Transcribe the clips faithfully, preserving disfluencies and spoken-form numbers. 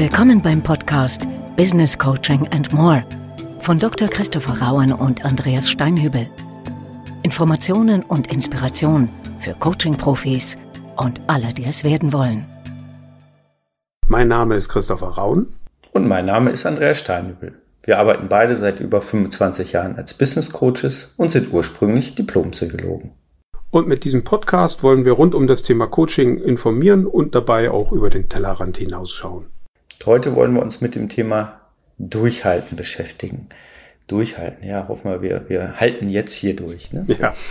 Willkommen beim Podcast Business Coaching and More von Doktor Christopher Rauen und Andreas Steinhübel. Informationen und Inspiration für Coaching-Profis und alle, die es werden wollen. Mein Name ist Christopher Rauen. Und mein Name ist Andreas Steinhübel. Wir arbeiten beide seit über fünfundzwanzig Jahren als Business Coaches und sind ursprünglich Diplompsychologen. Und mit diesem Podcast wollen wir rund um das Thema Coaching informieren und dabei auch über den Tellerrand hinausschauen. Heute wollen wir uns mit dem Thema Durchhalten beschäftigen. Durchhalten, ja, hoffen wir, wir, wir halten jetzt hier durch. Ne? So. Ja.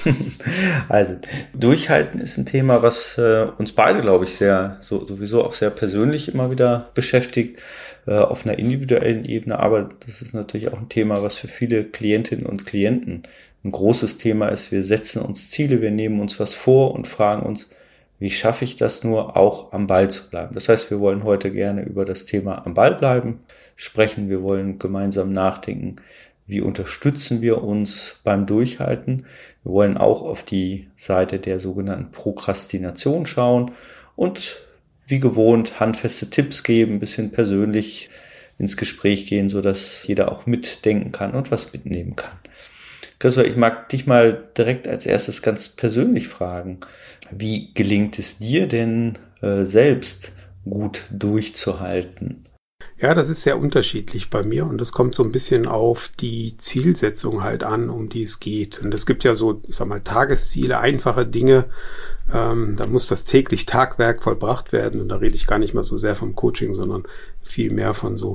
Also, Durchhalten ist ein Thema, was äh, uns beide, glaube ich, sehr, so, sowieso auch sehr persönlich immer wieder beschäftigt, äh, auf einer individuellen Ebene. Aber das ist natürlich auch ein Thema, was für viele Klientinnen und Klienten ein großes Thema ist. Wir setzen uns Ziele, wir nehmen uns was vor und fragen uns, wie schaffe ich das nur, auch am Ball zu bleiben? Das heißt, wir wollen heute gerne über das Thema am Ball bleiben sprechen. Wir wollen gemeinsam nachdenken, wie unterstützen wir uns beim Durchhalten. Wir wollen auch auf die Seite der sogenannten Prokrastination schauen und wie gewohnt handfeste Tipps geben, ein bisschen persönlich ins Gespräch gehen, sodass jeder auch mitdenken kann und was mitnehmen kann. Christopher, ich mag dich mal direkt als erstes ganz persönlich fragen. Wie gelingt es dir denn äh, selbst gut durchzuhalten? Ja, das ist sehr unterschiedlich bei mir und das kommt so ein bisschen auf die Zielsetzung halt an, um die es geht. Und es gibt ja so, ich sag mal, Tagesziele, einfache Dinge. Ähm, da muss das täglich Tagwerk vollbracht werden. Und da rede ich gar nicht mal so sehr vom Coaching, sondern viel mehr von so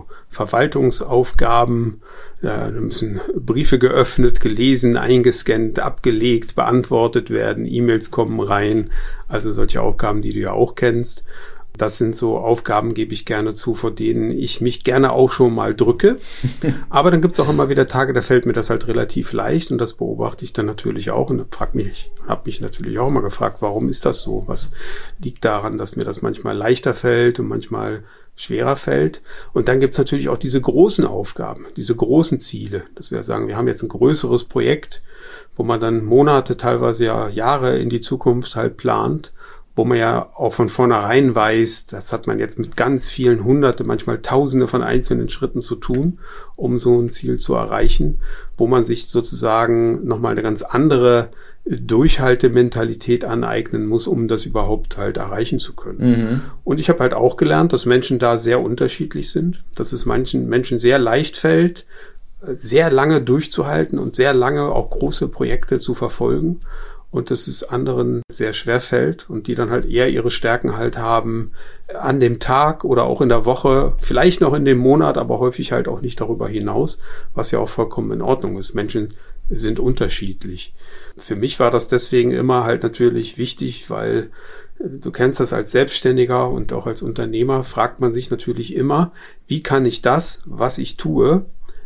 Verwaltungsaufgaben. Ja, da müssen Briefe geöffnet, gelesen, eingescannt, abgelegt, beantwortet werden. E-Mails kommen rein. Also solche Aufgaben, die du ja auch kennst. Das sind so Aufgaben, gebe ich gerne zu, vor denen ich mich gerne auch schon mal drücke. Aber dann gibt es auch immer wieder Tage, da fällt mir das halt relativ leicht und das beobachte ich dann natürlich auch und frag mich, habe mich natürlich auch immer gefragt, warum ist das so? Was liegt daran, dass mir das manchmal leichter fällt und manchmal schwerer fällt? Und dann gibt es natürlich auch diese großen Aufgaben, diese großen Ziele, dass wir sagen, wir haben jetzt ein größeres Projekt, wo man dann Monate, teilweise ja Jahre in die Zukunft halt plant, wo man ja auch von vornherein weiß, das hat man jetzt mit ganz vielen Hunderte, manchmal Tausende von einzelnen Schritten zu tun, um so ein Ziel zu erreichen, wo man sich sozusagen nochmal eine ganz andere Durchhaltementalität aneignen muss, um das überhaupt halt erreichen zu können. Mhm. Und ich habe halt auch gelernt, dass Menschen da sehr unterschiedlich sind, dass es manchen Menschen sehr leicht fällt, sehr lange durchzuhalten und sehr lange auch große Projekte zu verfolgen. Und dass es anderen sehr schwer fällt und die dann halt eher ihre Stärken halt haben an dem Tag oder auch in der Woche, vielleicht noch in dem Monat, aber häufig halt auch nicht darüber hinaus, was ja auch vollkommen in Ordnung ist. Menschen sind unterschiedlich. Für mich war das deswegen immer halt natürlich wichtig, weil du kennst das als Selbstständiger und auch als Unternehmer, fragt man sich natürlich immer, wie kann ich das, was ich tue,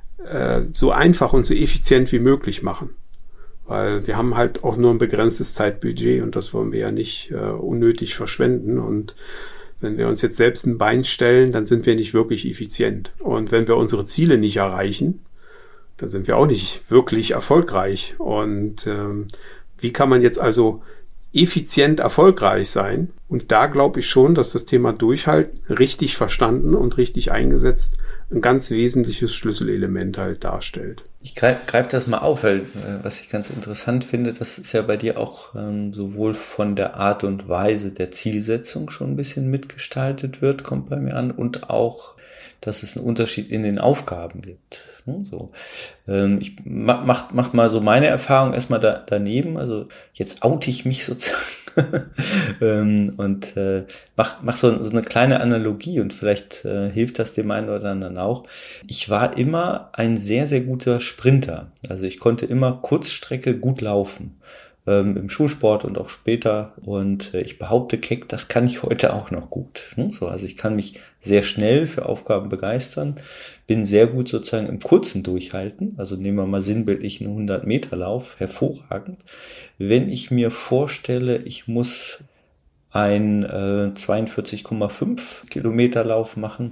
so einfach und so effizient wie möglich machen. Weil wir haben halt auch nur ein begrenztes Zeitbudget und das wollen wir ja nicht äh, unnötig verschwenden. Und wenn wir uns jetzt selbst ein Bein stellen, dann sind wir nicht wirklich effizient. Und wenn wir unsere Ziele nicht erreichen, dann sind wir auch nicht wirklich erfolgreich. Und ähm, wie kann man jetzt also effizient erfolgreich sein? Und da glaube ich schon, dass das Thema Durchhalten richtig verstanden und richtig eingesetzt ein ganz wesentliches Schlüsselelement halt darstellt. Ich greife greif das mal auf, weil äh, was ich ganz interessant finde, das ist ja bei dir auch ähm, sowohl von der Art und Weise der Zielsetzung schon ein bisschen mitgestaltet wird, kommt bei mir an, und auch, dass es einen Unterschied in den Aufgaben gibt. Ne? So, ähm, ich mach, mach, mach mal so meine Erfahrung erstmal da, daneben, also jetzt oute ich mich sozusagen ähm, und äh, mach, mach so, so eine kleine Analogie und vielleicht äh, hilft das dem einen oder anderen auch. Ich war immer ein sehr, sehr guter Sprinter. Also ich konnte immer Kurzstrecke gut laufen. Ähm, im Schulsport und auch später. Und äh, ich behaupte keck, das kann ich heute auch noch gut. Ne? So, also ich kann mich sehr schnell für Aufgaben begeistern, bin sehr gut sozusagen im kurzen Durchhalten. Also nehmen wir mal sinnbildlich einen hundert Meter Lauf, hervorragend. Wenn ich mir vorstelle, ich muss ein äh, zweiundvierzig Komma fünf Kilometer Lauf machen,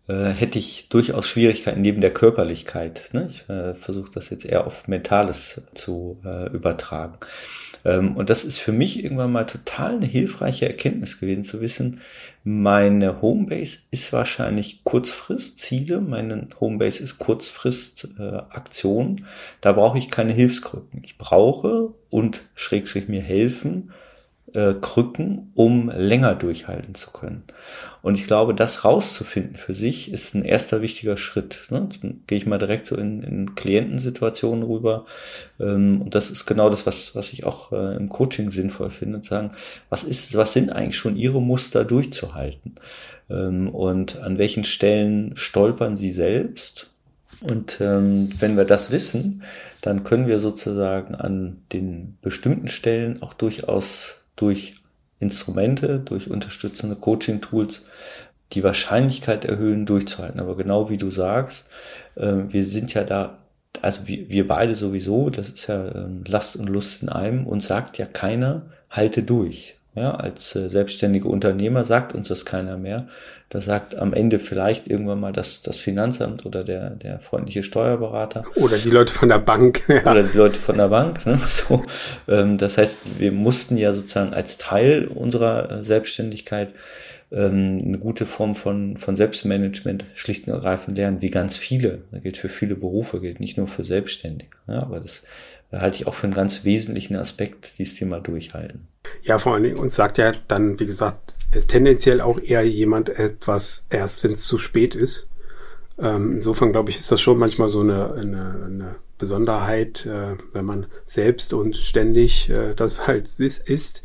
äh, hätte ich durchaus Schwierigkeiten neben der Körperlichkeit. Ne? Ich äh, versuche das jetzt eher auf Mentales zu äh, übertragen. Ähm, und das ist für mich irgendwann mal total eine hilfreiche Erkenntnis gewesen, zu wissen, meine Homebase ist wahrscheinlich Kurzfristziele, meine Homebase ist Kurzfristaktion. Äh, da brauche ich keine Hilfskrücken. Ich brauche und Schrägstrich mir helfen, äh, Krücken, um länger durchhalten zu können. Und ich glaube, das rauszufinden für sich ist ein erster wichtiger Schritt. Ne? Jetzt gehe ich mal direkt so in, in Klientensituationen rüber. Ähm, und das ist genau das, was, was ich auch äh, im Coaching sinnvoll finde, zu sagen, was ist, was sind eigentlich schon Ihre Muster durchzuhalten? Ähm, und an welchen Stellen stolpern Sie selbst? Und ähm, wenn wir das wissen, dann können wir sozusagen an den bestimmten Stellen auch durchaus durch Instrumente, durch unterstützende Coaching-Tools die Wahrscheinlichkeit erhöhen, durchzuhalten. Aber genau wie du sagst, äh, wir sind ja da, also wir, wir beide sowieso, das ist ja äh, Last und Lust in einem, und sagt ja keiner, halte durch. Ja, als äh, selbstständige Unternehmer sagt uns das keiner mehr. Da sagt am Ende vielleicht irgendwann mal das, das Finanzamt oder der, der freundliche Steuerberater. Oder die Leute von der Bank. Ja. Oder die Leute von der Bank. Ne? So, ähm, das heißt, wir mussten ja sozusagen als Teil unserer Selbstständigkeit ähm, eine gute Form von, von Selbstmanagement schlicht und ergreifend lernen, wie ganz viele. Das gilt für viele Berufe, gilt nicht nur für Selbstständige. Ja, aber das halte ich auch für einen ganz wesentlichen Aspekt, dieses Thema durchhalten. Ja, vor allen Dingen uns sagt ja dann, wie gesagt, tendenziell auch eher jemand etwas erst, wenn es zu spät ist. Ähm, insofern glaube ich, ist das schon manchmal so eine, eine, eine Besonderheit, äh, wenn man selbst und ständig äh, das halt ist.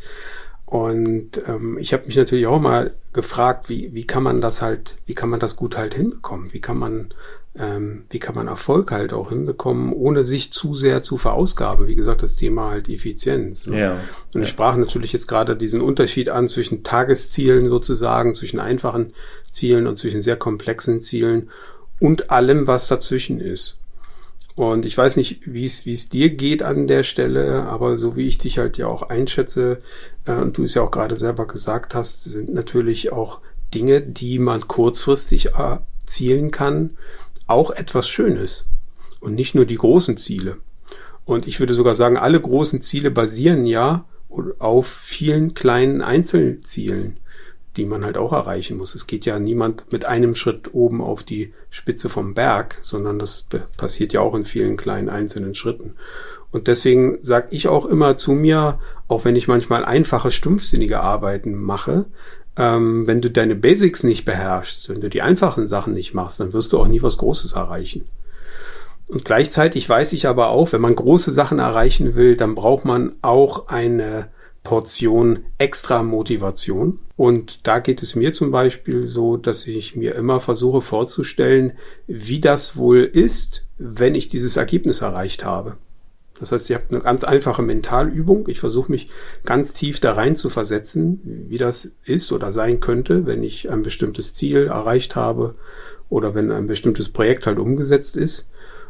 Und ähm, ich habe mich natürlich auch mal gefragt, wie wie kann man das halt, wie kann man das gut halt hinbekommen? Wie kann man ähm, wie kann man Erfolg halt auch hinbekommen, ohne sich zu sehr zu verausgaben? Wie gesagt, das Thema halt Effizienz. Ne? Ja, und ich ja. sprach natürlich jetzt gerade diesen Unterschied an zwischen Tageszielen sozusagen, zwischen einfachen Zielen und zwischen sehr komplexen Zielen und allem, was dazwischen ist. Und ich weiß nicht, wie es wie es dir geht an der Stelle, aber so wie ich dich halt ja auch einschätze, äh, und du es ja auch gerade selber gesagt hast, sind natürlich auch Dinge, die man kurzfristig erzielen kann, auch etwas Schönes. Und nicht nur die großen Ziele. Und ich würde sogar sagen, alle großen Ziele basieren ja auf vielen kleinen Einzelzielen, die man halt auch erreichen muss. Es geht ja niemand mit einem Schritt oben auf die Spitze vom Berg, sondern das passiert ja auch in vielen kleinen einzelnen Schritten. Und deswegen sage ich auch immer zu mir, auch wenn ich manchmal einfache, stumpfsinnige Arbeiten mache, ähm, wenn du deine Basics nicht beherrschst, wenn du die einfachen Sachen nicht machst, dann wirst du auch nie was Großes erreichen. Und gleichzeitig weiß ich aber auch, wenn man große Sachen erreichen will, dann braucht man auch eine Portion extra Motivation. Und da geht es mir zum Beispiel so, dass ich mir immer versuche vorzustellen, wie das wohl ist, wenn ich dieses Ergebnis erreicht habe. Das heißt, ich habe eine ganz einfache Mentalübung. Ich versuche mich ganz tief da rein zu versetzen, wie das ist oder sein könnte, wenn ich ein bestimmtes Ziel erreicht habe oder wenn ein bestimmtes Projekt halt umgesetzt ist.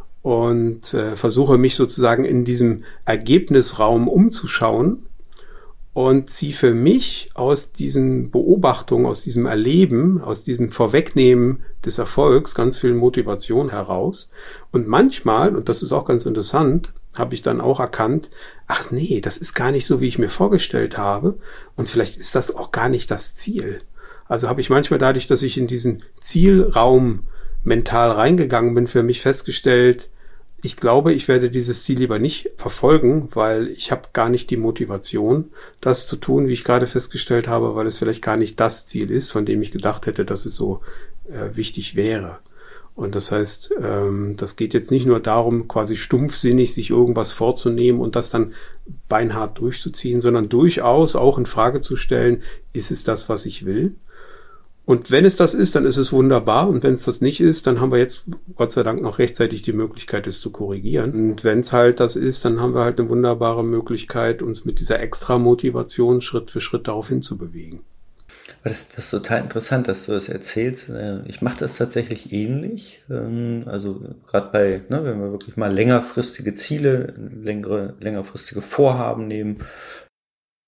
Und äh, versuche mich sozusagen in diesem Ergebnisraum umzuschauen und ziehe für mich aus diesen Beobachtungen, aus diesem Erleben, aus diesem Vorwegnehmen des Erfolgs ganz viel Motivation heraus. Und manchmal, und das ist auch ganz interessant, habe ich dann auch erkannt, ach nee, das ist gar nicht so, wie ich mir vorgestellt habe. Und vielleicht ist das auch gar nicht das Ziel. Also habe ich manchmal dadurch, dass ich in diesen Zielraum mental reingegangen bin, für mich festgestellt, ich glaube, ich werde dieses Ziel lieber nicht verfolgen, weil ich habe gar nicht die Motivation, das zu tun, wie ich gerade festgestellt habe, weil es vielleicht gar nicht das Ziel ist, von dem ich gedacht hätte, dass es so äh, wichtig wäre. Und das heißt, ähm, das geht jetzt nicht nur darum, quasi stumpfsinnig sich irgendwas vorzunehmen und das dann beinhart durchzuziehen, sondern durchaus auch in Frage zu stellen, ist es das, was ich will? Und wenn es das ist, dann ist es wunderbar. Und wenn es das nicht ist, dann haben wir jetzt Gott sei Dank noch rechtzeitig die Möglichkeit, es zu korrigieren. Und wenn es halt das ist, dann haben wir halt eine wunderbare Möglichkeit, uns mit dieser extra Motivation Schritt für Schritt darauf hinzubewegen. Das, das ist total interessant, dass du das erzählst. Ich mache das tatsächlich ähnlich. Also gerade bei, ne, wenn wir wirklich mal längerfristige Ziele, längere, längerfristige Vorhaben nehmen,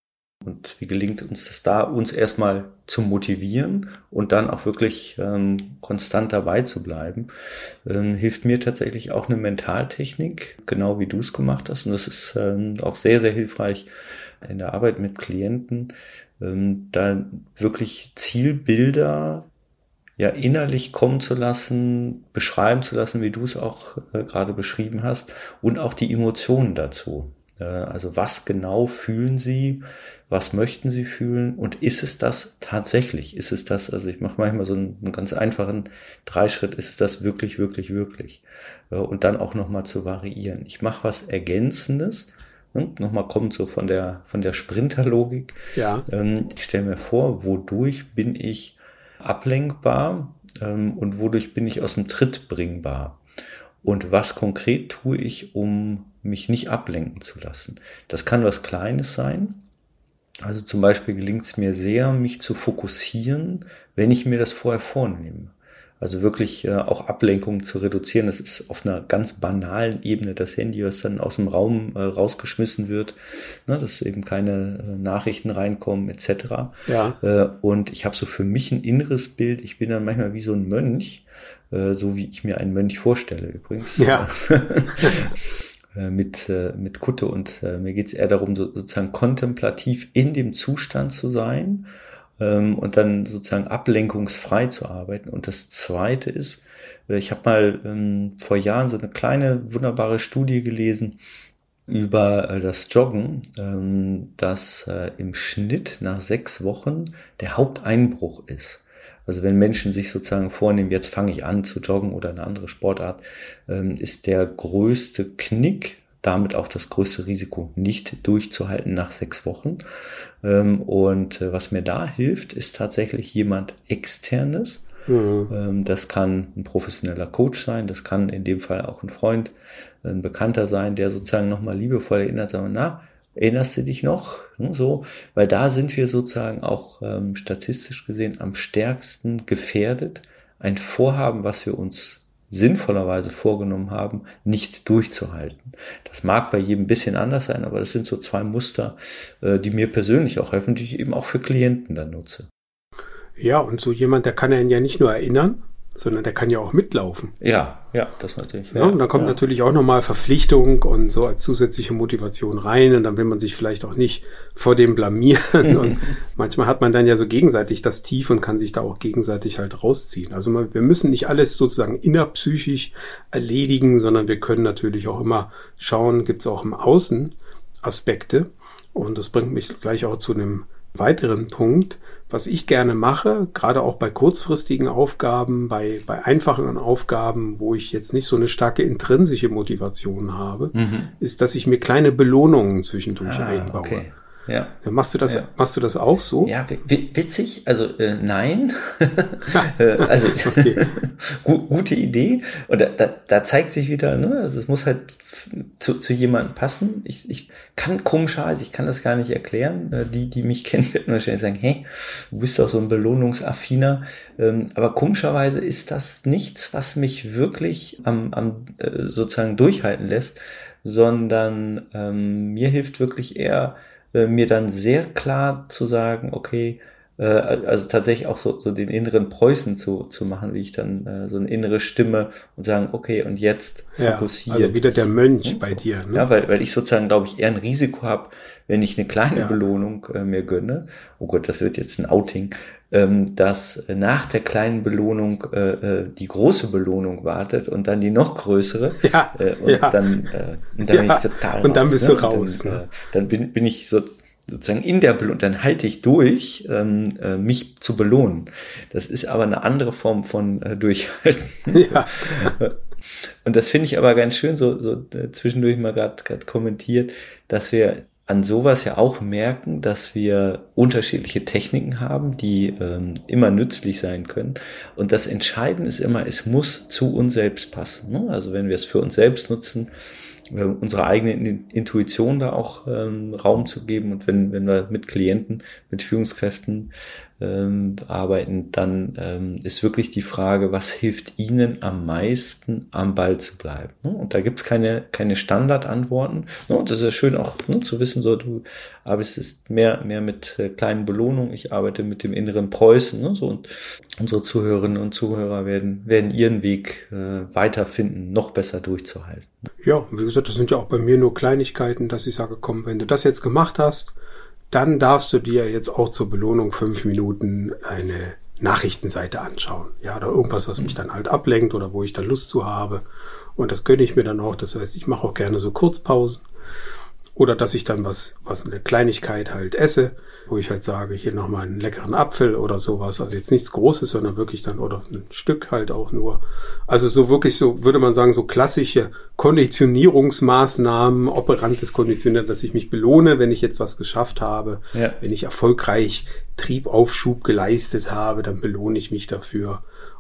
Und wie gelingt uns das da, uns erstmal zu motivieren und dann auch wirklich ähm, konstant dabei zu bleiben, ähm, hilft mir tatsächlich auch eine Mentaltechnik, genau wie du es gemacht hast. Und das ist ähm, auch sehr, sehr hilfreich in der Arbeit mit Klienten, ähm, da wirklich Zielbilder ja innerlich kommen zu lassen, beschreiben zu lassen, wie du es auch äh, gerade beschrieben hast, und auch die Emotionen dazu. Also was genau fühlen Sie, was möchten Sie fühlen und ist es das tatsächlich? Ist es das, also ich mache manchmal so einen, einen ganz einfachen Dreischritt, ist es das wirklich, wirklich, wirklich? Und dann auch nochmal zu variieren. Ich mache was Ergänzendes, und nochmal kommt so von der, von der Sprinterlogik. Ja. Ich stelle mir vor, wodurch bin ich ablenkbar und wodurch bin ich aus dem Tritt bringbar? Und was konkret tue ich, um mich nicht ablenken zu lassen? Das kann was Kleines sein. Also zum Beispiel gelingt es mir sehr, mich zu fokussieren, wenn ich mir das vorher vornehme. Also wirklich äh, auch Ablenkungen zu reduzieren. Das ist auf einer ganz banalen Ebene das Handy, was dann aus dem Raum äh, rausgeschmissen wird, ne, dass eben keine äh, Nachrichten reinkommen et cetera. Ja. Äh, und ich habe so für mich ein inneres Bild. Ich bin dann manchmal wie so ein Mönch, äh, so wie ich mir einen Mönch vorstelle übrigens. Ja. mit, äh, mit Kutte. Und äh, mir geht es eher darum, so, sozusagen kontemplativ in dem Zustand zu sein, und dann sozusagen ablenkungsfrei zu arbeiten. Und das Zweite ist, ich habe mal ähm, vor Jahren so eine kleine, wunderbare Studie gelesen über äh, das Joggen, ähm, dass äh, im Schnitt nach sechs Wochen der Haupteinbruch ist. Also wenn Menschen sich sozusagen vornehmen, jetzt fange ich an zu joggen oder eine andere Sportart, ähm, ist der größte Knick, damit auch das größte Risiko, nicht durchzuhalten nach sechs Wochen. Und was mir da hilft, ist tatsächlich jemand Externes. Mhm. Das kann ein professioneller Coach sein, das kann in dem Fall auch ein Freund, ein Bekannter sein, der sozusagen nochmal liebevoll erinnert, sagen, na, erinnerst du dich noch? So, weil da sind wir sozusagen auch ähm, statistisch gesehen am stärksten gefährdet, ein Vorhaben, was wir uns sinnvollerweise vorgenommen haben, nicht durchzuhalten. Das mag bei jedem ein bisschen anders sein, aber das sind so zwei Muster, die mir persönlich auch helfen, die ich eben auch für Klienten dann nutze. Ja, und so jemand, der kann einen ja nicht nur erinnern, sondern der kann ja auch mitlaufen. Ja, ja, das natürlich. Ja, und dann kommt ja. natürlich auch nochmal Verpflichtung und so als zusätzliche Motivation rein und dann will man sich vielleicht auch nicht vor dem blamieren und manchmal hat man dann ja so gegenseitig das Tief und kann sich da auch gegenseitig halt rausziehen. Also wir müssen nicht alles sozusagen innerpsychisch erledigen, sondern wir können natürlich auch immer schauen, gibt es auch im Außen Aspekte und das bringt mich gleich auch zu einem weiteren Punkt, was ich gerne mache, gerade auch bei kurzfristigen Aufgaben, bei, bei einfachen Aufgaben, wo ich jetzt nicht so eine starke intrinsische Motivation habe, mhm. ist, dass ich mir kleine Belohnungen zwischendurch ah, einbaue. Okay. Ja. Dann machst du das, ja. machst du das auch so? Ja, witzig, also äh, nein. also gu- gute Idee. Und da, da, da zeigt sich wieder, ne, also es muss halt zu, zu jemandem passen. Ich, ich kann komischerweise, ich kann das gar nicht erklären. Die, die mich kennen, werden wahrscheinlich sagen, hey, du bist doch so ein Belohnungsaffiner. Ähm, aber komischerweise ist das nichts, was mich wirklich am, am äh, sozusagen durchhalten lässt, sondern ähm, mir hilft wirklich eher, mir dann sehr klar zu sagen, okay, äh, also tatsächlich auch so, so den inneren Preußen zu, zu machen, wie ich dann äh, so eine innere Stimme und sagen, okay, und jetzt fokussiert. Ja, also wieder der Mönch bei so. dir. Ne? Ja, weil, weil ich sozusagen, glaube ich, eher ein Risiko habe, wenn ich eine kleine ja. Belohnung äh, mir gönne, oh Gott, das wird jetzt ein Outing, ähm, dass nach der kleinen Belohnung äh, die große Belohnung wartet und dann die noch größere. Ja, äh, und ja. dann, äh, und dann ja. bin ich total Und dann raus, bist ne? du raus. Dann, ne? äh, dann bin, bin ich so sozusagen in der Belohnung, dann halte ich durch, ähm, äh, mich zu belohnen. Das ist aber eine andere Form von äh, Durchhalten. Ja. Und das finde ich aber ganz schön, so, so äh, zwischendurch mal gerade kommentiert, dass wir an sowas ja auch merken, dass wir unterschiedliche Techniken haben, die ähm, immer nützlich sein können. Und das Entscheidende ist immer, es muss zu uns selbst passen. Ne? Also wenn wir es für uns selbst nutzen, äh, unserer eigenen Intuition da auch ähm, Raum zu geben. Und wenn, wenn wir mit Klienten, mit Führungskräften ähm, arbeiten, dann ähm, ist wirklich die Frage, was hilft ihnen am meisten, am Ball zu bleiben? Ne? Und da gibt's keine, keine Standardantworten. Ne? Und das ist ja schön auch, ne, zu wissen, so du arbeitest mehr, mehr mit äh, kleinen Belohnungen. Ich arbeite mit dem inneren Preußen. Ne? So, und unsere Zuhörerinnen und Zuhörer werden, werden ihren Weg äh, weiterfinden, noch besser durchzuhalten. Ja, wie gesagt, das sind ja auch bei mir nur Kleinigkeiten, dass ich sage, komm, wenn du das jetzt gemacht hast, dann darfst du dir jetzt auch zur Belohnung fünf Minuten eine Nachrichtenseite anschauen. Ja, oder irgendwas, was mich dann halt ablenkt oder wo ich dann Lust zu habe. Und das gönne ich mir dann auch. Das heißt, ich mache auch gerne so Kurzpausen. Oder dass ich dann was, was eine Kleinigkeit halt esse, wo ich halt sage, hier nochmal einen leckeren Apfel oder sowas. Also jetzt nichts Großes, sondern wirklich dann, oder ein Stück halt auch nur. Also so wirklich so, würde man sagen, so klassische Konditionierungsmaßnahmen, operantes Konditionieren, dass ich mich belohne, wenn ich jetzt was geschafft habe. Ja. Wenn ich erfolgreich Triebaufschub geleistet habe, dann belohne ich mich dafür.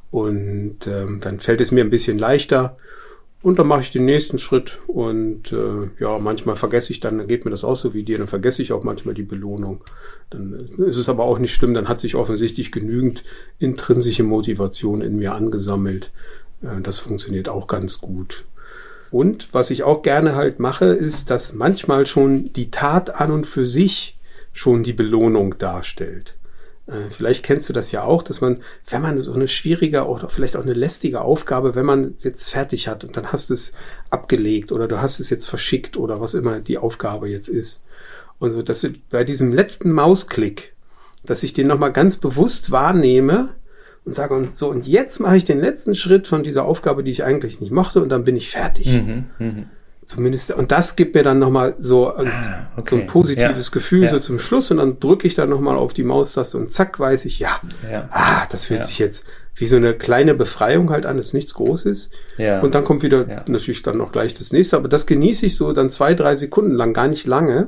Und ähm, dann fällt es mir ein bisschen leichter. Und dann mache ich den nächsten Schritt und äh, ja, manchmal vergesse ich dann, dann geht mir das auch so wie dir, dann vergesse ich auch manchmal die Belohnung. Dann ist es aber auch nicht schlimm, dann hat sich offensichtlich genügend intrinsische Motivation in mir angesammelt. Äh, das funktioniert auch ganz gut. Und was ich auch gerne halt mache, ist, dass manchmal schon die Tat an und für sich schon die Belohnung darstellt. Vielleicht kennst du das ja auch, dass man, wenn man so eine schwierige oder vielleicht auch eine lästige Aufgabe, wenn man es jetzt fertig hat und dann hast du es abgelegt oder du hast es jetzt verschickt oder was immer die Aufgabe jetzt ist. Und so, dass du bei diesem letzten Mausklick, dass ich den nochmal ganz bewusst wahrnehme und sage und so, und jetzt mache ich den letzten Schritt von dieser Aufgabe, die ich eigentlich nicht mochte und dann bin ich fertig. Mhm, mh. Zumindest, und das gibt mir dann nochmal so ein, ah, okay. so ein positives ja. Gefühl, ja. so zum Schluss, und dann drücke ich dann nochmal auf die Maustaste und zack, weiß ich, ja, ja. ah, das fühlt ja. sich jetzt wie so eine kleine Befreiung halt an, das ist nichts Großes. Ja. Und dann kommt wieder ja. natürlich dann noch gleich das nächste, aber das genieße ich so dann zwei, drei Sekunden lang, gar nicht lange.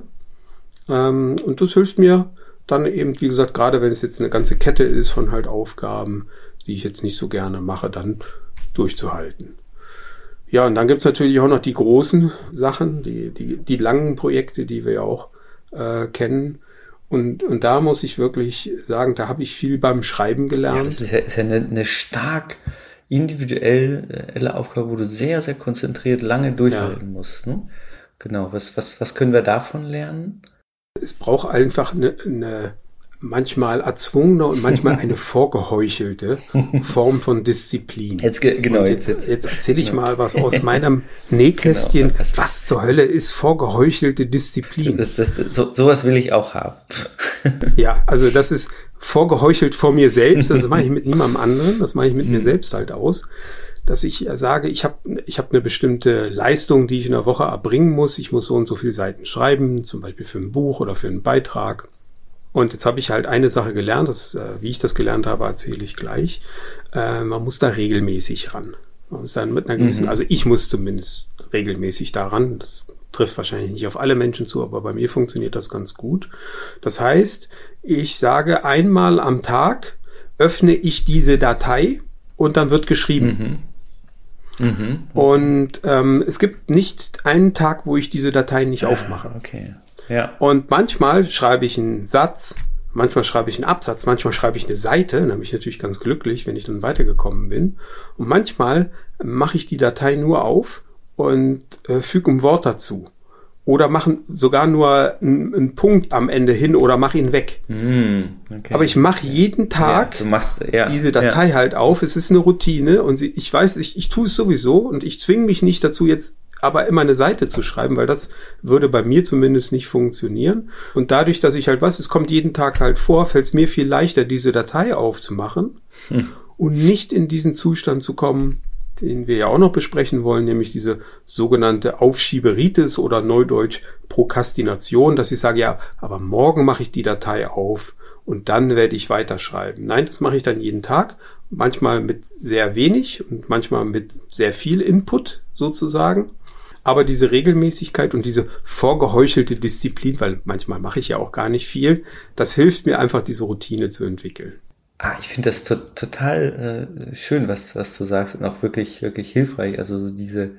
Ähm, und das hilft mir dann eben, wie gesagt, gerade wenn es jetzt eine ganze Kette ist von halt Aufgaben, die ich jetzt nicht so gerne mache, dann durchzuhalten. Ja, und dann gibt's natürlich auch noch die großen Sachen, die die die langen Projekte, die wir ja auch äh, kennen. Und und da muss ich wirklich sagen, da habe ich viel beim Schreiben gelernt. Ja, das ist ja, ist ja eine, eine stark individuelle Aufgabe, wo du sehr, sehr konzentriert lange durchhalten ja. musst. Ne? Genau, was, was, was können wir davon lernen? Es braucht einfach eine, eine manchmal erzwungene und manchmal eine vorgeheuchelte Form von Disziplin. Jetzt, genau, jetzt, jetzt, jetzt erzähle ich genau. mal was aus meinem Nähkästchen. Genau. Was, was zur Hölle ist vorgeheuchelte Disziplin? Das, das, so, sowas will ich auch haben. Ja, also das ist vorgeheuchelt vor mir selbst. Das mache ich mit niemandem anderen. Das mache ich mit mhm. mir selbst halt aus. Dass ich sage, ich habe ich hab eine bestimmte Leistung, die ich in der Woche erbringen muss. Ich muss so und so viele Seiten schreiben, zum Beispiel für ein Buch oder für einen Beitrag. Und jetzt habe ich halt eine Sache gelernt, das, äh, wie ich das gelernt habe, erzähle ich gleich. Äh, man muss da regelmäßig ran. Man muss dann mit einer gewissen, mhm. also ich muss zumindest regelmäßig da ran. Das trifft wahrscheinlich nicht auf alle Menschen zu, aber bei mir funktioniert das ganz gut. Das heißt, ich sage, einmal am Tag öffne ich diese Datei und dann wird geschrieben. Mhm. Mhm. Und ähm, es gibt nicht einen Tag, wo ich diese Datei nicht aufmache. Okay. Ja. Und manchmal schreibe ich einen Satz, manchmal schreibe ich einen Absatz, manchmal schreibe ich eine Seite, dann bin ich natürlich ganz glücklich, wenn ich dann weitergekommen bin. Und manchmal mache ich die Datei nur auf und äh, füge ein Wort dazu. Oder mache sogar nur einen, einen Punkt am Ende hin oder mache ihn weg. Mm, okay. Aber ich mache jeden Tag ja, du machst, ja, diese Datei ja. halt auf. Es ist eine Routine und sie, ich weiß, ich, ich tue es sowieso und ich zwinge mich nicht dazu, jetzt aber immer eine Seite zu schreiben, weil das würde bei mir zumindest nicht funktionieren. Und dadurch, dass ich halt was, es kommt jeden Tag halt vor, fällt es mir viel leichter, diese Datei aufzumachen hm. und nicht in diesen Zustand zu kommen, den wir ja auch noch besprechen wollen, nämlich diese sogenannte Aufschieberitis oder Neudeutsch Prokrastination, dass ich sage, ja, aber morgen mache ich die Datei auf und dann werde ich weiterschreiben. Nein, das mache ich dann jeden Tag, manchmal mit sehr wenig und manchmal mit sehr viel Input sozusagen. Aber diese Regelmäßigkeit und diese vorgeheuchelte Disziplin, weil manchmal mache ich ja auch gar nicht viel, das hilft mir einfach, diese Routine zu entwickeln. Ah, ich finde das to- total äh, schön, was was du sagst und auch wirklich wirklich hilfreich. Also diese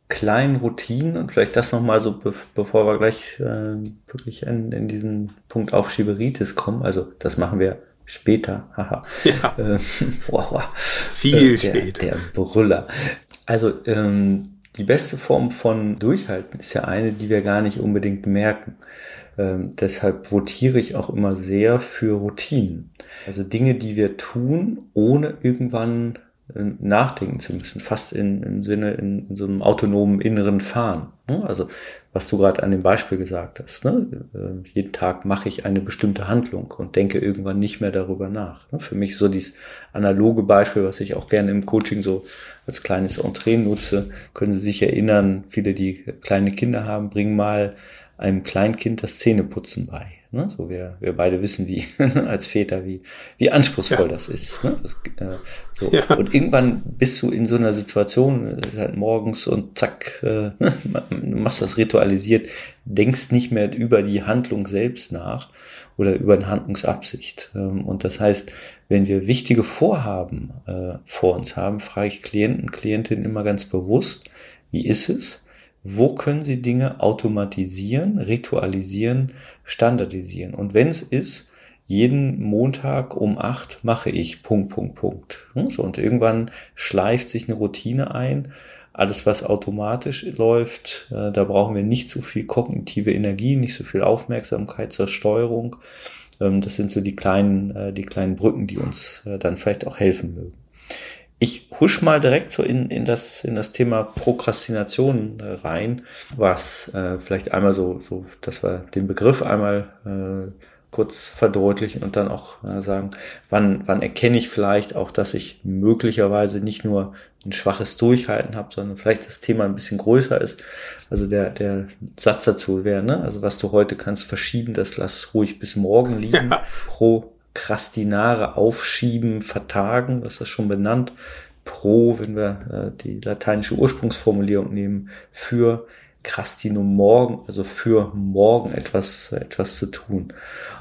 kleinen Routinen und vielleicht das nochmal so, be- bevor wir gleich äh, wirklich in, in diesen Punkt Aufschieberitis kommen. Also das machen wir später. Haha. Ja. Äh, wow. Viel äh, der, später. Der Brüller. Also ähm, die beste Form von Durchhalten ist ja eine, die wir gar nicht unbedingt merken. Ähm, deshalb votiere ich auch immer sehr für Routinen. Also Dinge, die wir tun, ohne irgendwann äh, nachdenken zu müssen. Fast in, im Sinne in, in so einem autonomen inneren Fahren. Ne? Also was du gerade an dem Beispiel gesagt hast. Ne? Äh, jeden Tag mache ich eine bestimmte Handlung und denke irgendwann nicht mehr darüber nach. Ne? Für mich so dieses analoge Beispiel, was ich auch gerne im Coaching so als kleines Entree nutze. Können Sie sich erinnern, viele, die kleine Kinder haben, bringen mal einem Kleinkind das Zähneputzen bei. Ne? So wir, wir beide wissen, wie als Väter, wie, wie anspruchsvoll ja. das ist. Ne? Das, äh, so. Ja. Und irgendwann bist du in so einer Situation, halt morgens und zack, äh, du machst das ritualisiert, denkst nicht mehr über die Handlung selbst nach oder über eine Handlungsabsicht. Ähm, und das heißt, wenn wir wichtige Vorhaben äh, vor uns haben, frage ich Klienten, Klientinnen immer ganz bewusst, wie ist es? Wo können Sie Dinge automatisieren, ritualisieren, standardisieren? Und wenn es ist, jeden Montag um acht mache ich Punkt, Punkt, Punkt. So, und irgendwann schleift sich eine Routine ein. Alles, was automatisch läuft, da brauchen wir nicht so viel kognitive Energie, nicht so viel Aufmerksamkeit zur Steuerung. Das sind so die kleinen, die kleinen Brücken, die uns dann vielleicht auch helfen mögen. Ich husch mal direkt so in, in das, in das Thema Prokrastination rein, was äh, vielleicht einmal so, so, dass wir den Begriff einmal äh, kurz verdeutlichen und dann auch äh, sagen, wann, wann erkenne ich vielleicht auch, dass ich möglicherweise nicht nur ein schwaches Durchhalten habe, sondern vielleicht das Thema ein bisschen größer ist. Also der, der Satz dazu wäre, ne, also was du heute kannst verschieben, das lass ruhig bis morgen liegen. Ja. Pro Prokrastinare, aufschieben, vertagen, das ist schon benannt. Pro, wenn wir äh, die lateinische Ursprungsformulierung nehmen, für crastinum morgen, also für morgen etwas, etwas zu tun.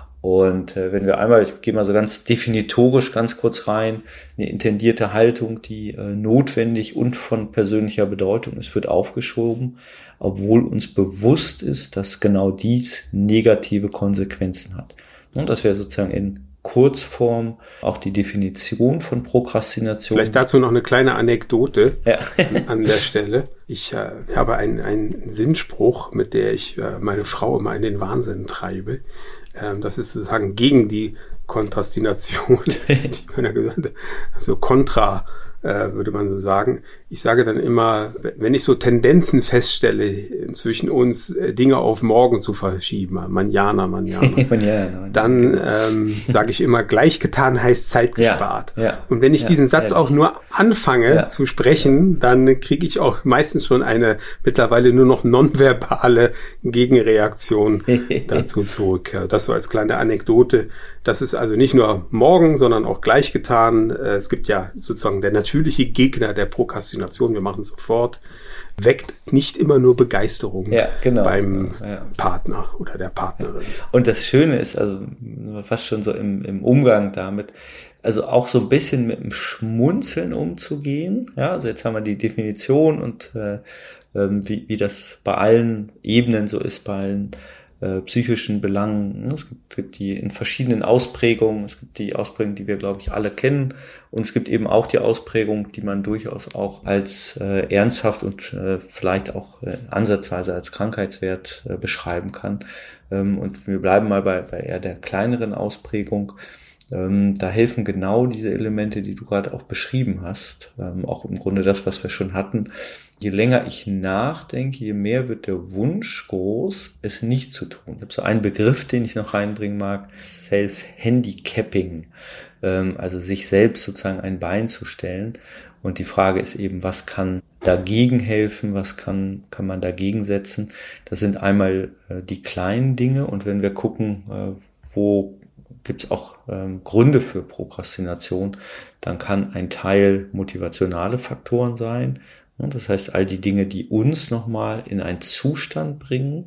Und äh, wenn wir einmal, ich gehe mal so ganz definitorisch ganz kurz rein, eine intendierte Haltung, die äh, notwendig und von persönlicher Bedeutung ist, wird aufgeschoben, obwohl uns bewusst ist, dass genau dies negative Konsequenzen hat. Und das wäre sozusagen in Kurzform auch die Definition von Prokrastination. Vielleicht dazu noch eine kleine Anekdote ja. an der Stelle. Ich äh, habe einen, einen Sinnspruch, mit der ich äh, meine Frau immer in den Wahnsinn treibe. Ähm, das ist sozusagen gegen die Kontrastination, die man ja gesagt hat. Also kontra, äh, würde man so sagen. Ich sage dann immer, wenn ich so Tendenzen feststelle, zwischen uns äh, Dinge auf morgen zu verschieben, manjana, manjana, dann ähm, sage ich immer, gleichgetan heißt Zeit gespart. Ja, ja, und wenn ich ja, diesen Satz ja, auch nur anfange ja, zu sprechen, ja. dann kriege ich auch meistens schon eine mittlerweile nur noch nonverbale Gegenreaktion dazu zurück. Das so als kleine Anekdote. Das ist also nicht nur morgen, sondern auch gleichgetan. Es gibt ja sozusagen der natürliche Gegner der Prokrastination. Wir machen es sofort. Weckt nicht immer nur Begeisterung ja, genau, beim ja. Partner oder der Partnerin. Und das Schöne ist, also fast schon so im, im Umgang damit, also auch so ein bisschen mit dem Schmunzeln umzugehen. Ja, also jetzt haben wir die Definition und äh, wie, wie das bei allen Ebenen so ist, bei allen äh, psychischen Belangen. Es gibt, es gibt die in verschiedenen Ausprägungen. Es gibt die Ausprägung, die wir, glaube ich, alle kennen. Und es gibt eben auch die Ausprägung, die man durchaus auch als äh, ernsthaft und äh, vielleicht auch äh, ansatzweise als Krankheitswert äh, beschreiben kann. Ähm, und wir bleiben mal bei, bei eher der kleineren Ausprägung. Ähm, da helfen genau diese Elemente, die du gerade auch beschrieben hast. Ähm, auch im Grunde das, was wir schon hatten. Je länger ich nachdenke, je mehr wird der Wunsch groß, es nicht zu tun. Ich habe so einen Begriff, den ich noch reinbringen mag, Self-Handicapping, ähm, also sich selbst sozusagen ein Bein zu stellen. Und die Frage ist eben, was kann dagegen helfen, was kann kann man dagegen setzen? Das sind einmal äh, die kleinen Dinge und wenn wir gucken, äh, wo gibt es auch ähm, Gründe für Prokrastination, dann kann ein Teil motivationale Faktoren sein. Das heißt, all die Dinge, die uns nochmal in einen Zustand bringen,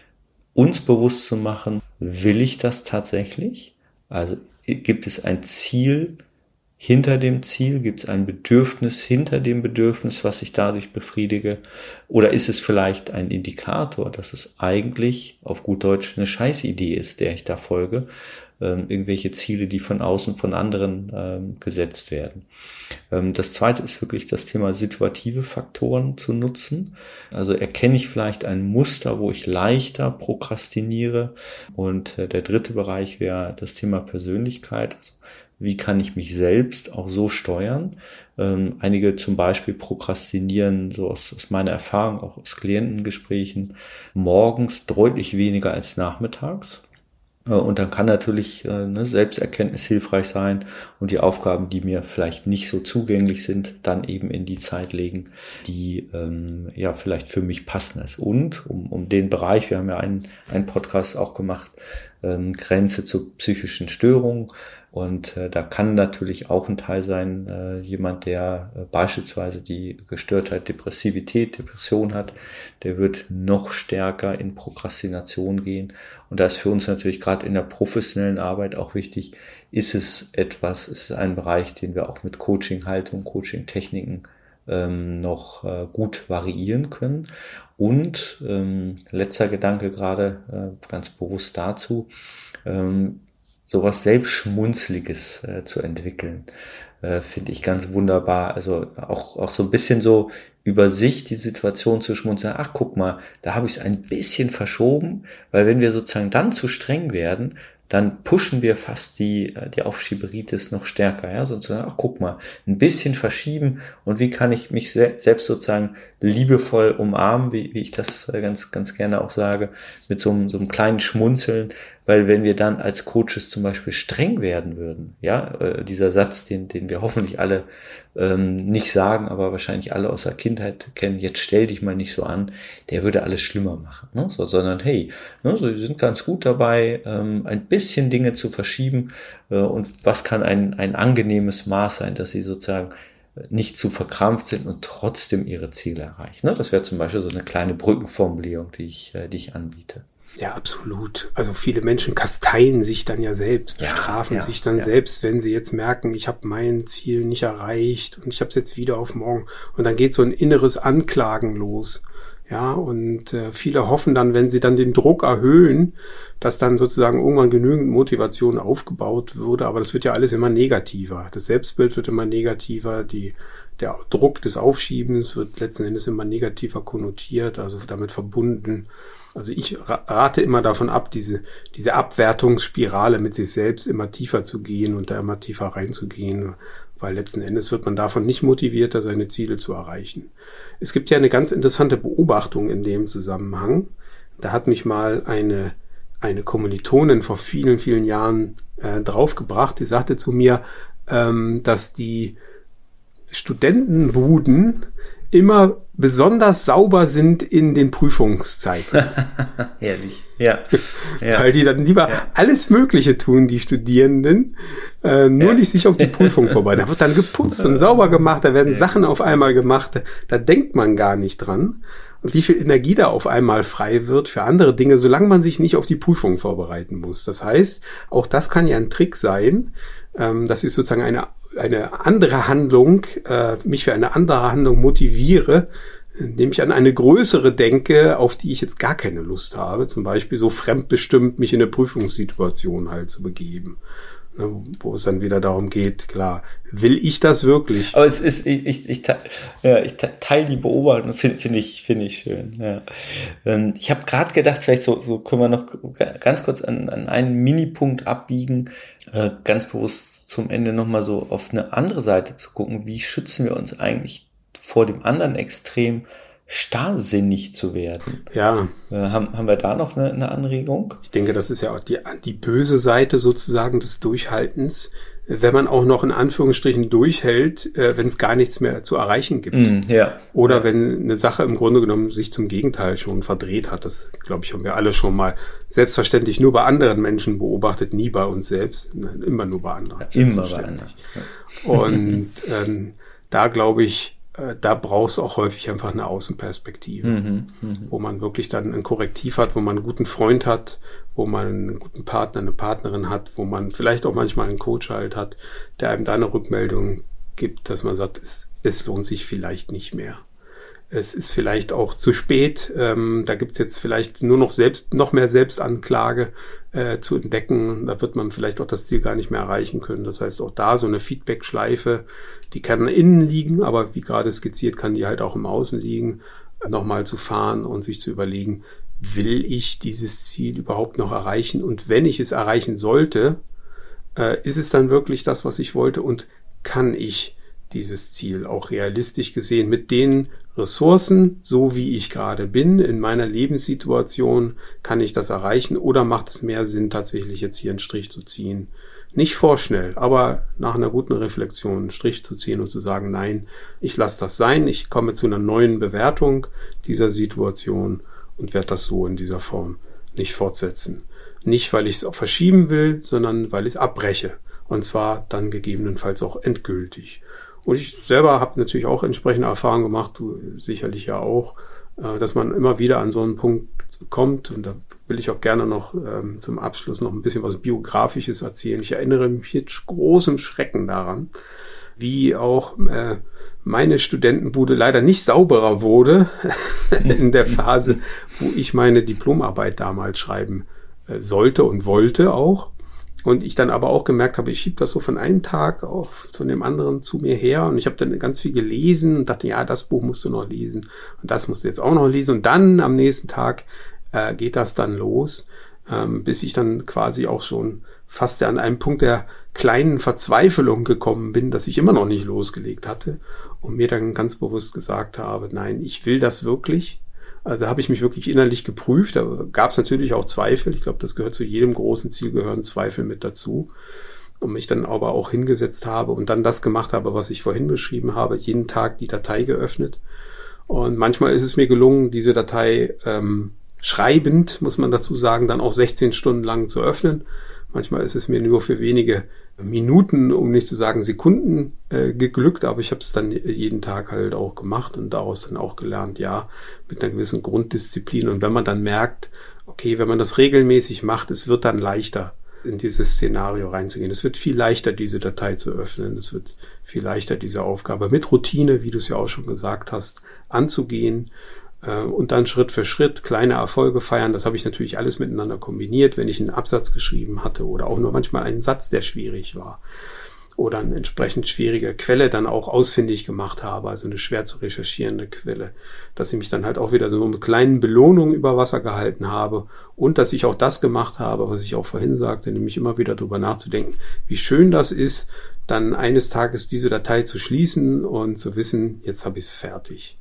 uns bewusst zu machen, will ich das tatsächlich? Also gibt es ein Ziel hinter dem Ziel? Gibt es ein Bedürfnis hinter dem Bedürfnis, was ich dadurch befriedige? Oder ist es vielleicht ein Indikator, dass es eigentlich auf gut Deutsch eine Scheißidee ist, der ich da folge? Ähm, irgendwelche Ziele, die von außen, von anderen ähm, gesetzt werden. Ähm, das zweite ist wirklich das Thema situative Faktoren zu nutzen. Also erkenne ich vielleicht ein Muster, wo ich leichter prokrastiniere. Und äh, der dritte Bereich wäre das Thema Persönlichkeit. Also wie kann ich mich selbst auch so steuern? Ähm, einige zum Beispiel prokrastinieren, so aus, aus meiner Erfahrung, auch aus Klientengesprächen, morgens deutlich weniger als nachmittags. Und dann kann natürlich äh, ne, Selbsterkenntnis hilfreich sein und die Aufgaben, die mir vielleicht nicht so zugänglich sind, dann eben in die Zeit legen, die ähm, ja vielleicht für mich passend ist. Und um, um den Bereich, wir haben ja einen, einen Podcast auch gemacht, ähm, Grenze zu psychischen Störungen. Und äh, da kann natürlich auch ein Teil sein, äh, jemand, der äh, beispielsweise die Gestörtheit Depressivität, Depression hat, der wird noch stärker in Prokrastination gehen. Und da ist für uns natürlich gerade in der professionellen Arbeit auch wichtig, ist es etwas, ist es ein Bereich, den wir auch mit Coaching-Haltung, Coaching-Techniken ähm, noch äh, gut variieren können. Und ähm, letzter Gedanke gerade äh, ganz bewusst dazu, ähm, sowas Selbstschmunzliges äh, zu entwickeln, äh, finde ich ganz wunderbar. Also auch auch so ein bisschen so über sich die Situation zu schmunzeln. Ach, guck mal, da habe ich es ein bisschen verschoben, weil wenn wir sozusagen dann zu streng werden, dann pushen wir fast die die Aufschieberitis noch stärker. Ja, sozusagen, ach, guck mal, ein bisschen verschieben und wie kann ich mich se- selbst sozusagen liebevoll umarmen, wie, wie ich das ganz ganz gerne auch sage, mit so einem, so einem kleinen Schmunzeln. Weil wenn wir dann als Coaches zum Beispiel streng werden würden, ja, äh, dieser Satz, den den wir hoffentlich alle ähm, nicht sagen, aber wahrscheinlich alle aus der Kindheit kennen, jetzt stell dich mal nicht so an, der würde alles schlimmer machen, ne? So, sondern hey, ne, so, die sind ganz gut dabei, ähm, ein bisschen Dinge zu verschieben äh, und was kann ein ein angenehmes Maß sein, dass sie sozusagen nicht zu verkrampft sind und trotzdem ihre Ziele erreichen. Ne? Das wäre zum Beispiel so eine kleine Brückenformulierung, die ich, äh, die ich anbiete. Ja, absolut. Also viele Menschen kasteien sich dann ja selbst, bestrafen ja, ja, sich dann ja. selbst, wenn sie jetzt merken, ich habe mein Ziel nicht erreicht und ich habe es jetzt wieder auf morgen. Und dann geht so ein inneres Anklagen los. Ja, und äh, viele hoffen dann, wenn sie dann den Druck erhöhen, dass dann sozusagen irgendwann genügend Motivation aufgebaut würde. Aber das wird ja alles immer negativer. Das Selbstbild wird immer negativer. Die, der Druck des Aufschiebens wird letzten Endes immer negativer konnotiert, also damit verbunden. Also ich rate immer davon ab, diese diese Abwertungsspirale mit sich selbst immer tiefer zu gehen und da immer tiefer reinzugehen, weil letzten Endes wird man davon nicht motivierter, seine Ziele zu erreichen. Es gibt ja eine ganz interessante Beobachtung in dem Zusammenhang. Da hat mich mal eine eine Kommilitonin vor vielen, vielen Jahren äh, draufgebracht, die sagte zu mir, ähm, dass die Studentenbuden immer besonders sauber sind in den Prüfungszeiten. Herrlich, ja. ja. Weil die dann lieber ja. alles Mögliche tun, die Studierenden, äh, nur ja. nicht sich auf die Prüfung vorbei. Da wird dann geputzt und sauber gemacht, da werden ja. Sachen auf einmal gemacht, da denkt man gar nicht dran. Und wie viel Energie da auf einmal frei wird für andere Dinge, solange man sich nicht auf die Prüfung vorbereiten muss. Das heißt, auch das kann ja ein Trick sein, ähm, dass ich sozusagen eine eine andere Handlung, äh, mich für eine andere Handlung motiviere, indem ich an eine größere denke, auf die ich jetzt gar keine Lust habe, zum Beispiel so fremdbestimmt mich in eine Prüfungssituation halt zu begeben. Ne, wo es dann wieder darum geht, klar, will ich das wirklich? Aber es ist, ich, ich, ich, ja, ich teile die Beobachtung, finde find ich, finde ich schön, ja. Ich habe gerade gedacht, vielleicht so, so können wir noch ganz kurz an, an einen Minipunkt abbiegen, äh, ganz bewusst zum Ende nochmal so auf eine andere Seite zu gucken, wie schützen wir uns eigentlich vor dem anderen Extrem, starrsinnig zu werden. Ja. Äh, haben, haben wir da noch eine, eine Anregung? Ich denke, das ist ja auch die, die böse Seite sozusagen des Durchhaltens, wenn man auch noch in Anführungsstrichen durchhält, äh, wenn es gar nichts mehr zu erreichen gibt. Mm, ja. Oder ja. wenn eine Sache im Grunde genommen sich zum Gegenteil schon verdreht hat. Das, glaube ich, haben wir alle schon mal selbstverständlich nur bei anderen Menschen beobachtet, nie bei uns selbst. Nein, immer nur bei anderen. Ja, immer bei anderen. Und ähm, da, glaube ich, äh, da brauchst du auch häufig einfach eine Außenperspektive, Mhm, mh. wo man wirklich dann ein Korrektiv hat, wo man einen guten Freund hat, wo man einen guten Partner, eine Partnerin hat, wo man vielleicht auch manchmal einen Coach halt hat, der einem da eine Rückmeldung gibt, dass man sagt, es, es lohnt sich vielleicht nicht mehr. Es ist vielleicht auch zu spät. Ähm, da gibt's jetzt vielleicht nur noch selbst, noch mehr Selbstanklage äh, zu entdecken. Da wird man vielleicht auch das Ziel gar nicht mehr erreichen können. Das heißt, auch da so eine Feedback-Schleife, die kann innen liegen, aber wie gerade skizziert, kann die halt auch im Außen liegen, nochmal zu fahren und sich zu überlegen, will ich dieses Ziel überhaupt noch erreichen? Und wenn ich es erreichen sollte, äh, ist es dann wirklich das, was ich wollte? Und kann ich dieses Ziel auch realistisch gesehen mit den Ressourcen, so wie ich gerade bin, in meiner Lebenssituation, kann ich das erreichen oder macht es mehr Sinn, tatsächlich jetzt hier einen Strich zu ziehen? Nicht vorschnell, aber nach einer guten Reflexion einen Strich zu ziehen und zu sagen, nein, ich lasse das sein, ich komme zu einer neuen Bewertung dieser Situation und werde das so in dieser Form nicht fortsetzen. Nicht, weil ich es auch verschieben will, sondern weil ich es abbreche. Und zwar dann gegebenenfalls auch endgültig. Und ich selber habe natürlich auch entsprechende Erfahrungen gemacht, du sicherlich ja auch, dass man immer wieder an so einen Punkt kommt. Und da will ich auch gerne noch ähm, zum Abschluss noch ein bisschen was Biografisches erzählen. Ich erinnere mich mit großem Schrecken daran, wie auch äh, meine Studentenbude leider nicht sauberer wurde in der Phase, wo ich meine Diplomarbeit damals schreiben äh, sollte und wollte auch. Und ich dann aber auch gemerkt habe, ich schiebe das so von einem Tag auf zu dem anderen zu mir her. Und ich habe dann ganz viel gelesen und dachte, ja, das Buch musst du noch lesen und das musst du jetzt auch noch lesen. Und dann am nächsten Tag äh, geht das dann los, ähm, bis ich dann quasi auch schon fast an einem Punkt der kleinen Verzweiflung gekommen bin, dass ich immer noch nicht losgelegt hatte und mir dann ganz bewusst gesagt habe, nein, ich will das wirklich. Also da habe ich mich wirklich innerlich geprüft. Da gab es natürlich auch Zweifel. Ich glaube, das gehört zu jedem großen Ziel, gehören Zweifel mit dazu. Und mich dann aber auch hingesetzt habe und dann das gemacht habe, was ich vorhin beschrieben habe, jeden Tag die Datei geöffnet. Und manchmal ist es mir gelungen, diese Datei ähm, schreibend, muss man dazu sagen, dann auch sechzehn Stunden lang zu öffnen. Manchmal ist es mir nur für wenige Minuten, um nicht zu sagen Sekunden, äh, geglückt, aber ich habe es dann jeden Tag halt auch gemacht und daraus dann auch gelernt, ja, mit einer gewissen Grunddisziplin. Und wenn man dann merkt, okay, wenn man das regelmäßig macht, es wird dann leichter, in dieses Szenario reinzugehen. Es wird viel leichter, diese Datei zu öffnen. Es wird viel leichter, diese Aufgabe mit Routine, wie du es ja auch schon gesagt hast, anzugehen. Und dann Schritt für Schritt kleine Erfolge feiern. Das habe ich natürlich alles miteinander kombiniert, wenn ich einen Absatz geschrieben hatte oder auch nur manchmal einen Satz, der schwierig war oder eine entsprechend schwierige Quelle dann auch ausfindig gemacht habe, also eine schwer zu recherchierende Quelle, dass ich mich dann halt auch wieder so mit kleinen Belohnungen über Wasser gehalten habe und dass ich auch das gemacht habe, was ich auch vorhin sagte, nämlich immer wieder darüber nachzudenken, wie schön das ist, dann eines Tages diese Datei zu schließen und zu wissen, jetzt habe ich es fertig.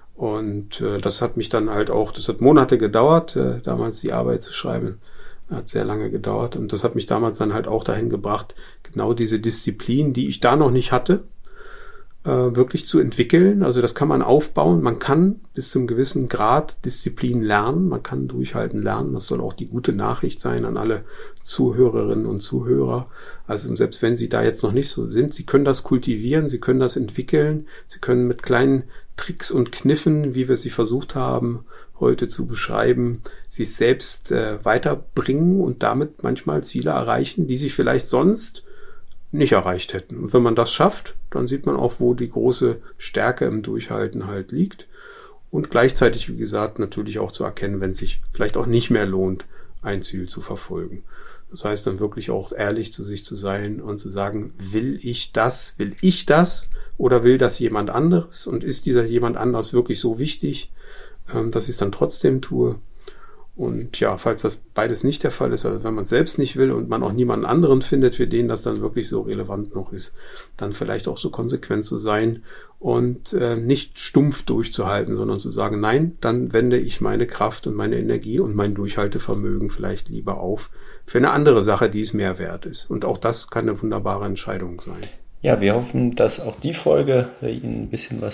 Und äh, das hat mich dann halt auch, das hat Monate gedauert, äh, damals die Arbeit zu schreiben, hat sehr lange gedauert. Und das hat mich damals dann halt auch dahin gebracht, genau diese Disziplin, die ich da noch nicht hatte, äh, wirklich zu entwickeln. Also das kann man aufbauen. Man kann bis zu einem gewissen Grad Disziplin lernen. Man kann durchhalten lernen. Das soll auch die gute Nachricht sein an alle Zuhörerinnen und Zuhörer. Also selbst wenn Sie da jetzt noch nicht so sind, Sie können das kultivieren, Sie können das entwickeln. Sie können mit kleinen Tricks und Kniffen, wie wir sie versucht haben, heute zu beschreiben, sich selbst äh, weiterbringen und damit manchmal Ziele erreichen, die sie vielleicht sonst nicht erreicht hätten. Und wenn man das schafft, dann sieht man auch, wo die große Stärke im Durchhalten halt liegt. Und gleichzeitig, wie gesagt, natürlich auch zu erkennen, wenn es sich vielleicht auch nicht mehr lohnt, ein Ziel zu verfolgen. Das heißt dann wirklich auch ehrlich zu sich zu sein und zu sagen, will ich das, will ich das oder will das jemand anderes? Und ist dieser jemand anderes wirklich so wichtig, dass ich es dann trotzdem tue? Und ja, falls das beides nicht der Fall ist, also wenn man es selbst nicht will und man auch niemanden anderen findet, für den das dann wirklich so relevant noch ist, dann vielleicht auch so konsequent zu sein und äh, nicht stumpf durchzuhalten, sondern zu sagen, nein, dann wende ich meine Kraft und meine Energie und mein Durchhaltevermögen vielleicht lieber auf für eine andere Sache, die es mehr wert ist. Und auch das kann eine wunderbare Entscheidung sein. Ja, wir hoffen, dass auch die Folge Ihnen ein bisschen was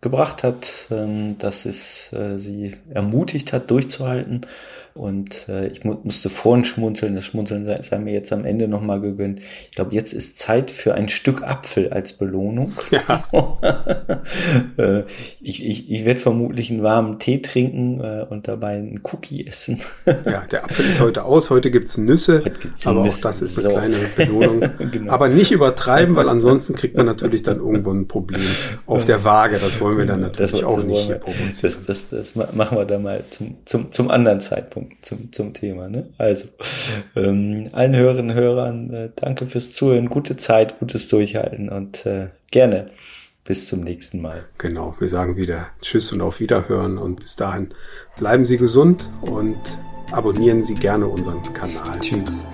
gebracht hat, ähm, dass es äh, sie ermutigt hat, durchzuhalten. Und äh, ich mu- musste vorhin schmunzeln, das Schmunzeln sei, sei mir jetzt am Ende nochmal gegönnt. Ich glaube, jetzt ist Zeit für ein Stück Apfel als Belohnung. Ja. äh, ich ich, ich werde vermutlich einen warmen Tee trinken äh, und dabei einen Cookie essen. Ja, der Apfel ist heute aus, heute gibt's Nüsse, heute gibt's aber Nüsse. Auch das ist eine so. kleine Belohnung. Genau. Aber nicht übertreiben, weil ansonsten kriegt man natürlich dann irgendwo ein Problem auf der Waage. Das wollen wir dann natürlich das, auch das nicht hier provozieren. Das, das, das machen wir dann mal zum, zum, zum anderen Zeitpunkt. Zum, zum Thema. Ne? Also, ähm, allen Hörerinnen und Hörern, äh, danke fürs Zuhören, gute Zeit, gutes Durchhalten und äh, gerne bis zum nächsten Mal. Genau, wir sagen wieder Tschüss und auf Wiederhören und bis dahin bleiben Sie gesund und abonnieren Sie gerne unseren Kanal. Tschüss.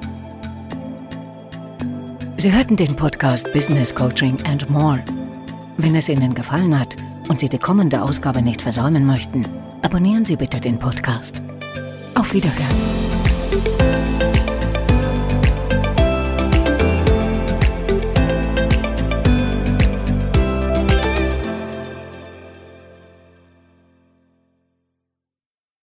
Sie hörten den Podcast Business Coaching and More. Wenn es Ihnen gefallen hat und Sie die kommende Ausgabe nicht versäumen möchten, abonnieren Sie bitte den Podcast. Auf Wiederhören.